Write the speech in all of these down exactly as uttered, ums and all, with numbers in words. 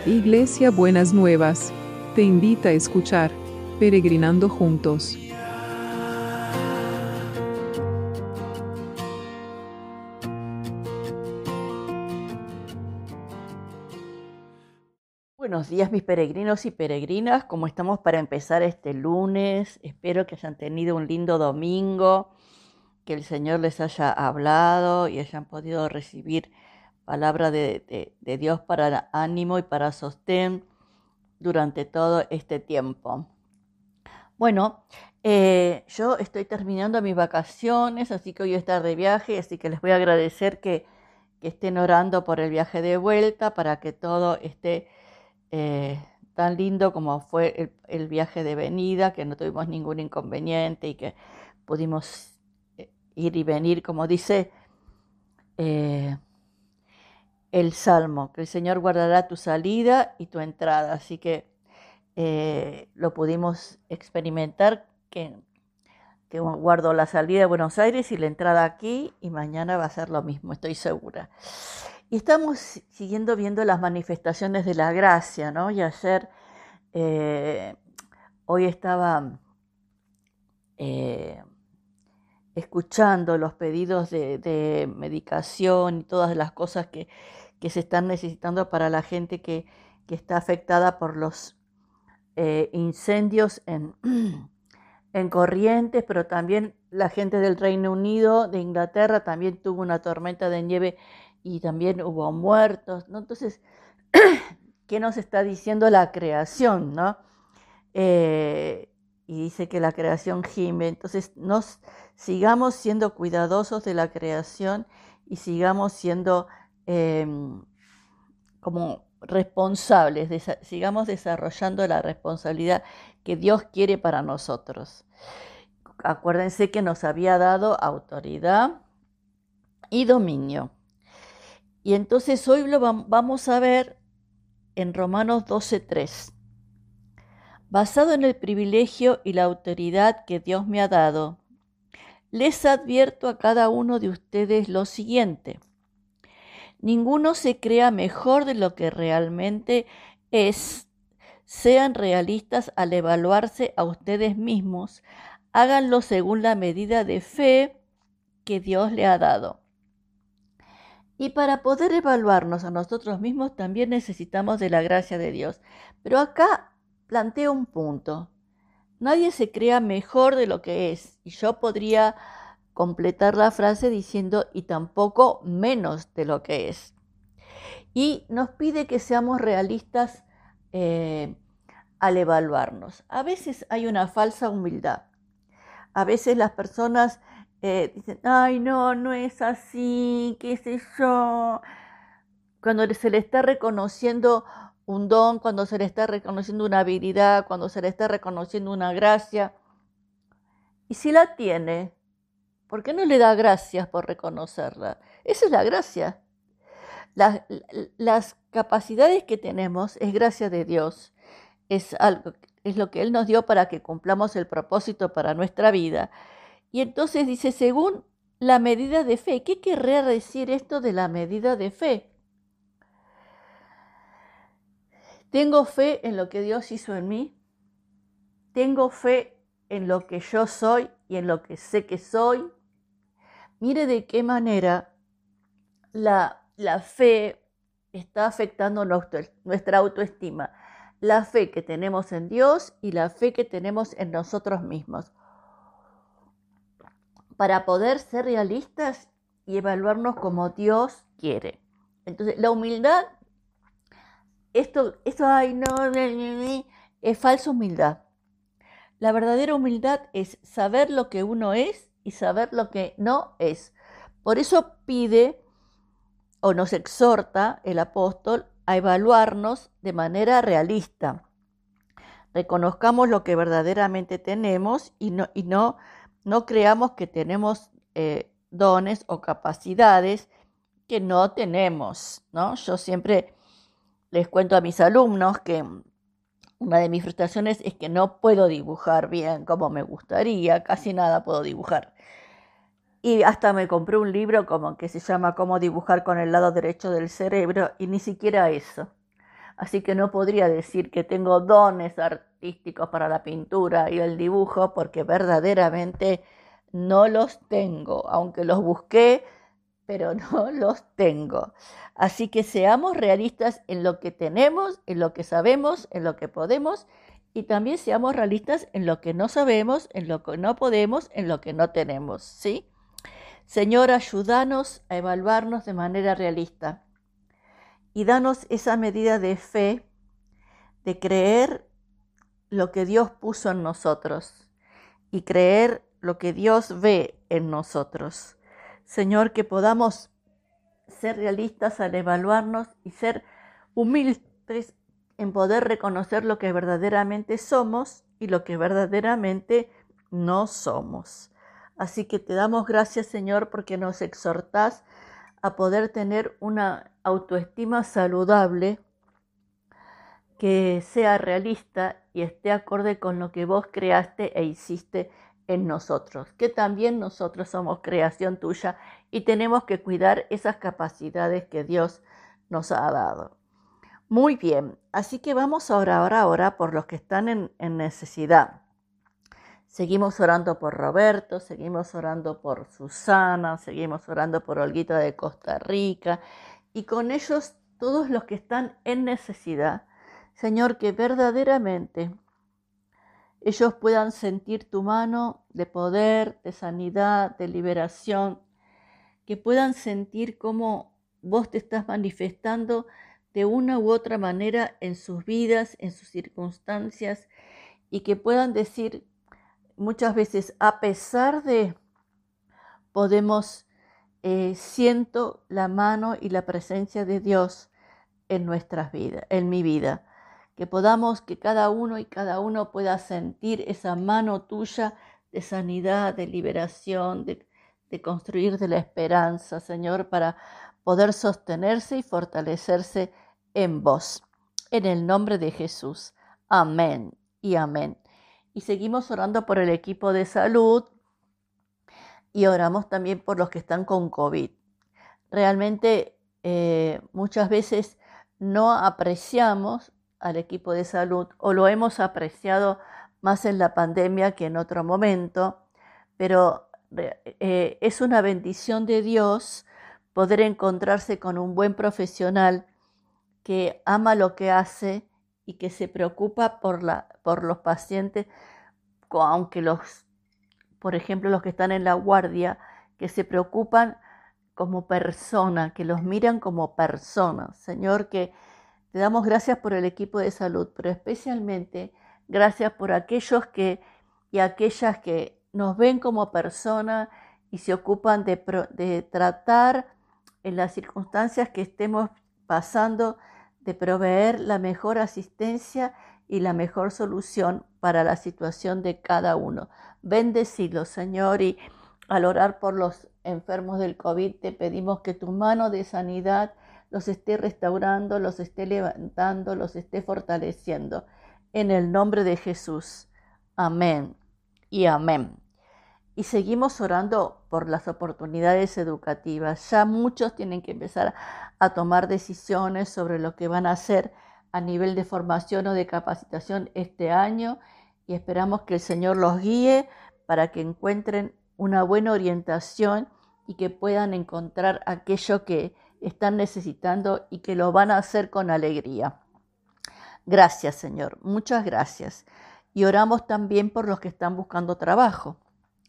Iglesia Buenas Nuevas, te invita a escuchar Peregrinando Juntos. Buenos días, mis peregrinos y peregrinas. ¿Cómo estamos para empezar este lunes? Espero que hayan tenido un lindo domingo, que el Señor les haya hablado y hayan podido recibir palabra de, de, de Dios para ánimo y para sostén durante todo este tiempo. Bueno, eh, yo estoy terminando mis vacaciones, así que hoy voy a estar de viaje, así que les voy a agradecer que, que estén orando por el viaje de vuelta para que todo esté Eh, tan lindo como fue el, el viaje de venida, que no tuvimos ningún inconveniente y que pudimos eh, ir y venir, como dice eh, el Salmo, que el Señor guardará tu salida y tu entrada. Así que eh, lo pudimos experimentar, que, que guardo la salida de Buenos Aires y la entrada aquí, y mañana va a ser lo mismo, estoy segura. Y estamos siguiendo viendo las manifestaciones de la gracia, ¿no? Y ayer, eh, hoy estaba eh, escuchando los pedidos de, de medicación y todas las cosas que, que se están necesitando para la gente que, que está afectada por los eh, incendios en, en Corrientes, pero también la gente del Reino Unido, de Inglaterra, también tuvo una tormenta de nieve y también hubo muertos, ¿no? Entonces, ¿qué nos está diciendo la creación, no? Eh, y dice que la creación gime. Entonces, nos sigamos siendo cuidadosos de la creación y sigamos siendo eh, como responsables, de, sigamos desarrollando la responsabilidad que Dios quiere para nosotros. Acuérdense que nos había dado autoridad y dominio. Y entonces hoy lo vamos a ver en Romanos doce tres. Basado en el privilegio y la autoridad que Dios me ha dado, les advierto a cada uno de ustedes lo siguiente. Ninguno se crea mejor de lo que realmente es. Sean realistas al evaluarse a ustedes mismos. Háganlo según la medida de fe que Dios le ha dado. Y para poder evaluarnos a nosotros mismos también necesitamos de la gracia de Dios. Pero acá planteo un punto. Nadie se crea mejor de lo que es. Y yo podría completar la frase diciendo, y tampoco menos de lo que es. Y nos pide que seamos realistas eh, al evaluarnos. A veces hay una falsa humildad. A veces las personas eh, dicen, ay, no, no es así, qué sé yo. Cuando se le está reconociendo un don, cuando se le está reconociendo una habilidad, cuando se le está reconociendo una gracia. Y si la tiene, ¿por qué no le da gracias por reconocerla? Esa es la gracia. Las, las capacidades que tenemos es gracia de Dios. Es, algo, es lo que Él nos dio para que cumplamos el propósito para nuestra vida. Y entonces dice, según la medida de fe. ¿Qué querría decir esto de la medida de fe? Tengo fe en lo que Dios hizo en mí. Tengo fe en lo que yo soy y en lo que sé que soy. Mire de qué manera la, la fe está afectando nuestro, nuestra autoestima. La fe que tenemos en Dios y la fe que tenemos en nosotros mismos. Para poder ser realistas y evaluarnos como Dios quiere. Entonces, la humildad, esto, esto ay, no, es falsa humildad. La verdadera humildad es saber lo que uno es y saber lo que no es. Por eso pide o nos exhorta el apóstol a evaluarnos de manera realista. Reconozcamos lo que verdaderamente tenemos y no, y no, no creamos que tenemos eh, dones o capacidades que no tenemos, ¿no? Yo siempre les cuento a mis alumnos que una de mis frustraciones es que no puedo dibujar bien como me gustaría, casi nada puedo dibujar. Y hasta me compré un libro como que se llama Cómo dibujar con el lado derecho del cerebro y ni siquiera eso. así que no podría decir que tengo dones artísticos para la pintura y el dibujo, porque verdaderamente no los tengo, aunque los busqué, pero no los tengo. Así que seamos realistas en lo que tenemos, en lo que sabemos, en lo que podemos, y también seamos realistas en lo que no sabemos, en lo que no podemos, en lo que no tenemos, ¿sí? Señor, ayúdanos a evaluarnos de manera realista y danos esa medida de fe, de creer lo que Dios puso en nosotros y creer lo que Dios ve en nosotros. Señor, que podamos ser realistas al evaluarnos y ser humildes en poder reconocer lo que verdaderamente somos y lo que verdaderamente no somos. Así que te damos gracias, Señor, porque nos exhortás a poder tener una autoestima saludable que sea realista y esté acorde con lo que vos creaste e hiciste en nosotros, que también nosotros somos creación tuya y tenemos que cuidar esas capacidades que Dios nos ha dado. Muy bien, así que vamos a orar ahora por los que están en, en necesidad. Seguimos orando por Roberto, seguimos orando por Susana, seguimos orando por Olguita de Costa Rica y con ellos todos los que están en necesidad. Señor, que verdaderamente ellos puedan sentir tu mano de poder, de sanidad, de liberación, que puedan sentir cómo vos te estás manifestando de una u otra manera en sus vidas, en sus circunstancias, y que puedan decir muchas veces, a pesar de, podemos, eh, siento la mano y la presencia de Dios en nuestras vidas, en mi vida. Que podamos, que cada uno y cada uno pueda sentir esa mano tuya de sanidad, de liberación, de, de construir de la esperanza, Señor, para poder sostenerse y fortalecerse en vos. En el nombre de Jesús. Amén y amén. Y seguimos orando por el equipo de salud y oramos también por los que están con COVID. Realmente eh, muchas veces no apreciamos al equipo de salud o lo hemos apreciado más en la pandemia que en otro momento, pero eh, es una bendición de Dios poder encontrarse con un buen profesional que ama lo que hace y que se preocupa por, la, por los pacientes, aunque los, por ejemplo, los que están en la guardia, que se preocupan como persona, que los miran como personas. Señor, que te damos gracias por el equipo de salud, pero especialmente gracias por aquellos que y aquellas que nos ven como personas y se ocupan de, de tratar en las circunstancias que estemos pasando, de proveer la mejor asistencia y la mejor solución para la situación de cada uno. Bendecilo, Señor, y al orar por los enfermos del COVID te pedimos que tu mano de sanidad los esté restaurando, los esté levantando, los esté fortaleciendo. En el nombre de Jesús. Amén y amén. Y seguimos orando por las oportunidades educativas. Ya muchos tienen que empezar a tomar decisiones sobre lo que van a hacer a nivel de formación o de capacitación este año y esperamos que el Señor los guíe para que encuentren una buena orientación y que puedan encontrar aquello que están necesitando y que lo van a hacer con alegría. Gracias, Señor, muchas gracias. Y oramos también por los que están buscando trabajo.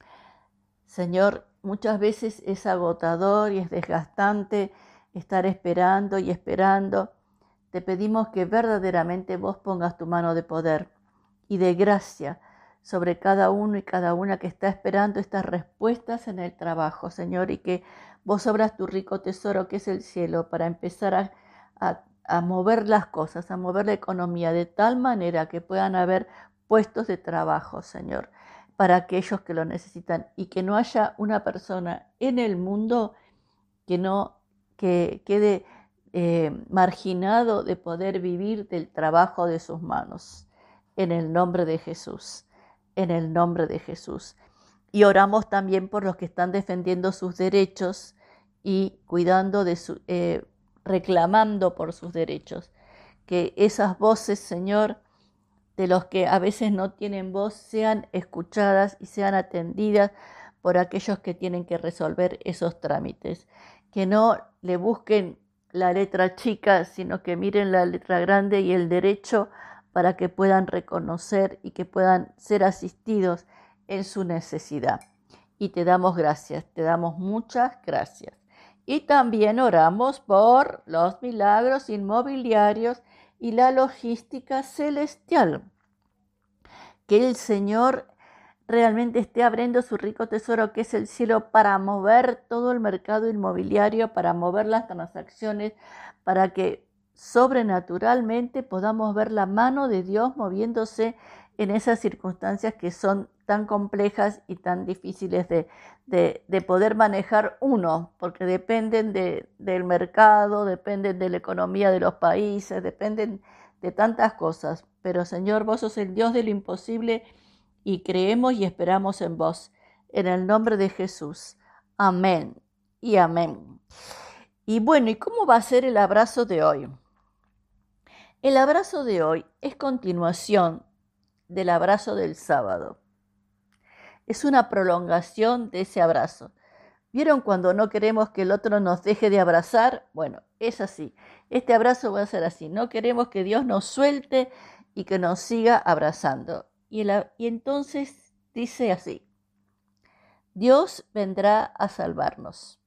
Señor, muchas veces es agotador y es desgastante estar esperando y esperando. Te pedimos que verdaderamente vos pongas tu mano de poder y de gracia sobre cada uno y cada una que está esperando estas respuestas en el trabajo, Señor, y que vos obras tu rico tesoro que es el cielo para empezar a, a, a mover las cosas, a mover la economía de tal manera que puedan haber puestos de trabajo, Señor, para aquellos que lo necesitan y que no haya una persona en el mundo que no que quede eh, marginado de poder vivir del trabajo de sus manos. En el nombre de Jesús, en el nombre de Jesús. Y oramos también por los que están defendiendo sus derechos y cuidando de su, eh, reclamando por sus derechos. que esas voces, Señor, de los que a veces no tienen voz, sean escuchadas y sean atendidas por aquellos que tienen que resolver esos trámites. Que no le busquen la letra chica, sino que miren la letra grande y el derecho para que puedan reconocer y que puedan ser asistidos en su necesidad. Y te damos gracias, te damos muchas gracias. Y también oramos por los milagros inmobiliarios y la logística celestial. Que el Señor realmente esté abriendo su rico tesoro, que es el cielo, para mover todo el mercado inmobiliario, para mover las transacciones, para que sobrenaturalmente podamos ver la mano de Dios moviéndose en esas circunstancias que son tan complejas y tan difíciles de, de, de poder manejar uno, porque dependen de, del mercado, dependen de la economía de los países, dependen de tantas cosas. Pero Señor, vos sos el Dios de lo imposible y creemos y esperamos en vos. En el nombre de Jesús. Amén y amén. Y bueno, ¿y cómo va a ser el abrazo de hoy? El abrazo de hoy es continuación del abrazo del sábado. Es una prolongación de ese abrazo. ¿Vieron cuando no queremos que el otro nos deje de abrazar? Bueno, es así. Este abrazo va a ser así. No queremos que Dios nos suelte y que nos siga abrazando. Y, el, y entonces dice así: Dios vendrá a salvarnos.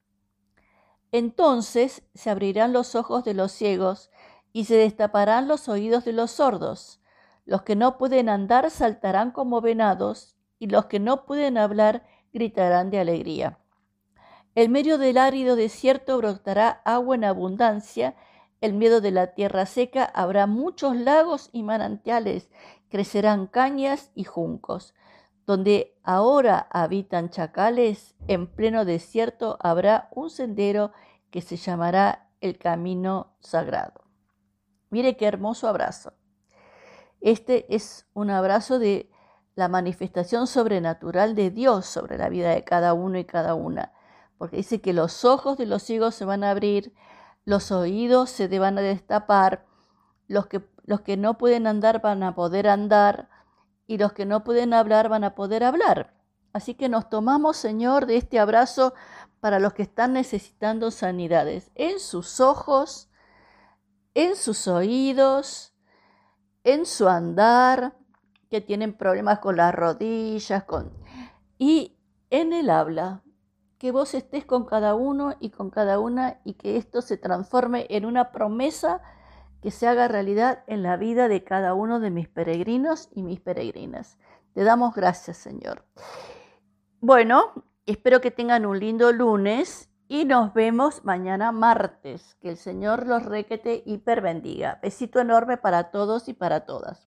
Entonces se abrirán los ojos de los ciegos y se destaparán los oídos de los sordos. Los que no pueden andar saltarán como venados y los que no pueden hablar gritarán de alegría. En medio del árido desierto brotará agua en abundancia. En medio de la tierra seca habrá muchos lagos y manantiales. Crecerán cañas y juncos. Donde ahora habitan chacales, en pleno desierto habrá un sendero que se llamará el camino sagrado. Mire qué hermoso abrazo. Este es un abrazo de la manifestación sobrenatural de Dios sobre la vida de cada uno y cada una. Porque dice que los ojos de los ciegos se van a abrir, los oídos se van a destapar, los que, los que no pueden andar van a poder andar y los que no pueden hablar van a poder hablar. Así que nos tomamos, Señor, de este abrazo para los que están necesitando sanidades en sus ojos, en sus oídos, en su andar, que tienen problemas con las rodillas, con... y en el habla. Que vos estés con cada uno y con cada una y que esto se transforme en una promesa que se haga realidad en la vida de cada uno de mis peregrinos y mis peregrinas. Te damos gracias, Señor. Bueno, espero que tengan un lindo lunes y nos vemos mañana martes. Que el Señor los requete hiper bendiga. Besito enorme para todos y para todas.